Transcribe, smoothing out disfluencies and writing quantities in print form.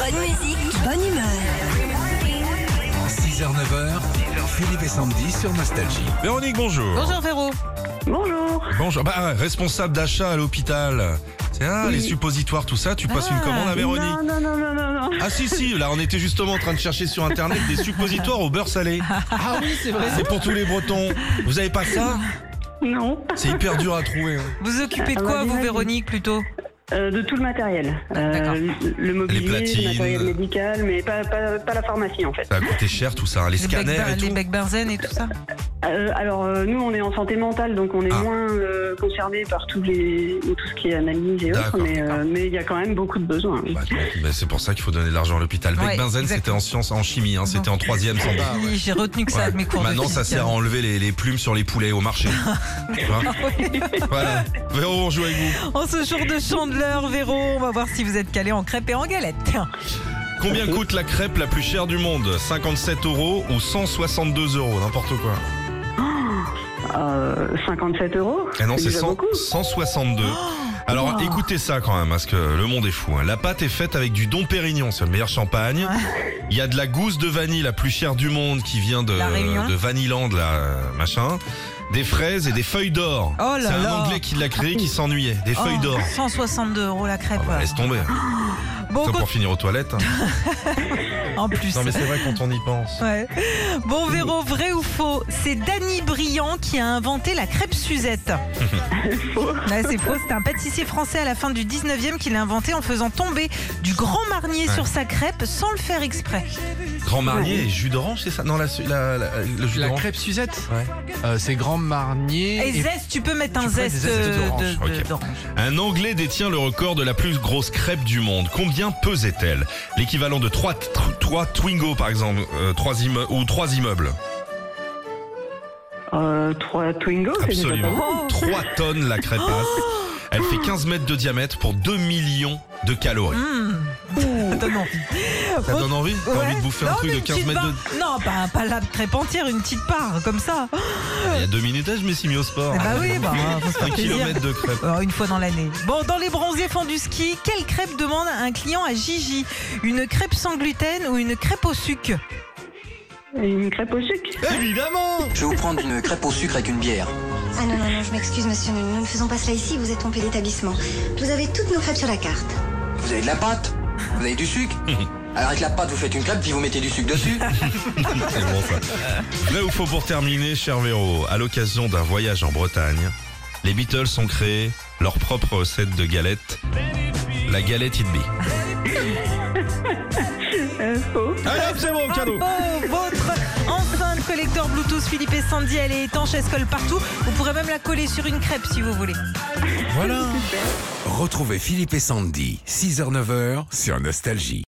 Bonne musique, bonne humeur. 6h, 9h, Philippe et Sandy sur Nostalgie. Véronique, bonjour. Bonjour Véro. Bonjour. Bonjour. Responsable d'achat à l'hôpital. C'est les suppositoires, tout ça, tu passes une commande à Véronique. Non. Ah si, là on était justement en train de chercher sur internet des suppositoires au beurre salé. Ah oui, c'est vrai. C'est pour tous les Bretons. Vous avez pas ça? Non. C'est hyper dur à trouver. Vous occupez de quoi, vous, Véronique, plutôt? De tout le matériel. D'accord. Le mobilier, Les platines. le matériel médical, mais pas la pharmacie en fait. Ça a coûté cher tout ça, les scanners et Les tout. becs Benzen et tout ça? Nous on est en santé mentale, donc on est moins concernés par tout ce qui est analyse et autres, D'accord. mais il y a quand même beaucoup de besoins. Oui. Mais c'est pour ça qu'il faut donner de l'argent à l'hôpital. Ouais, Bec Benzen, c'était exactement. en sciences, en chimie, c'était en 3e sans doute. Oui, j'ai retenu que ça avec mes cours Maintenant, de ça physique. sert à enlever les plumes sur les poulets au marché. Tu vois voilà. Véro, on joue avec vous. En ce jour de Chandeleur, Véro, on va voir si vous êtes calé en crêpes et en galettes. Combien coûte la crêpe la plus chère du monde? 57 € ou 162 €? N'importe quoi. 57 €. Ah non, c'est déjà 100 beaucoup. 162. Alors écoutez ça quand même, parce que le monde est fou. La pâte est faite avec du Dom Pérignon, c'est le meilleur champagne. Il y a de la gousse de vanille, la plus chère du monde, qui vient de La Réunion. Vanilland, là, machin. Des fraises et des feuilles d'or. Oh là C'est un là. Anglais qui l'a créé, qui s'ennuyait. Des feuilles d'or. 162 € la crêpe. Ah bah, laisse tomber. Bon, Ça pour finir aux toilettes. en plus. Non mais c'est vrai quand on y pense. Ouais. Bon, Véro, vrai ou faux? C'est Danny Briand qui a inventé la crêpe Suzette. Ouais, c'est faux. C'est un pâtissier français à la fin du 19e qui l'a inventé en faisant tomber du Grand Marnier sur sa crêpe sans le faire exprès. Grand Marnier et jus d'orange, c'est ça? Non, le jus La d'orange. crêpe Suzette, Ouais. c'est Grand Marnier. Et zeste, tu peux mettre un tu peux mettre zeste des zestes d'orange. Ok. d'orange. Un Anglais détient le record de la plus grosse crêpe du monde. Combien pesait-elle? L'équivalent de 3 Twingo par exemple, 3 immeubles. 3 Twingo, c'est déjà pas mal. Absolument. 3 tonnes la crêpasse. Elle fait 15 mètres de diamètre pour 2 millions de calories. Ça donne envie. Ça donne envie? T'as envie de bouffer un Non, truc mais de une 15 petite mètres de... barre. Non, pas la crêpe entière, une petite part, comme ça. Il y a 2 minutes, je me suis mis au sport. Bah oui, faut se faire 1 plaisir. kilomètre de crêpe. Une fois dans l'année. Bon, dans les bronzés font du ski, quelle crêpe demande un client à Gigi? Une crêpe sans gluten ou une crêpe au sucre? Et une crêpe au sucre. Évidemment! Je vais vous prendre une crêpe au sucre avec une bière. Ah non, je m'excuse monsieur, nous ne faisons pas cela ici, vous êtes trompé d'établissement. Vous avez toutes nos crêpes sur la carte. Vous avez de la pâte? Vous avez du sucre? Alors avec la pâte, vous faites une crêpe puis vous mettez du sucre dessus. C'est bon ça. Vrai ou faux pour terminer, cher Véro? À l'occasion d'un voyage en Bretagne, les Beatles ont créé leur propre recette de galette, la galette It Be. Faux. Allez hop, c'est bon, cadeau! Oh, votre enceinte collecteur Bluetooth Philippe et Sandy, elle est étanche, elle se colle partout. Vous pourrez même la coller sur une crêpe si vous voulez. Voilà! Retrouvez Philippe et Sandy, 6h, 9h sur Nostalgie.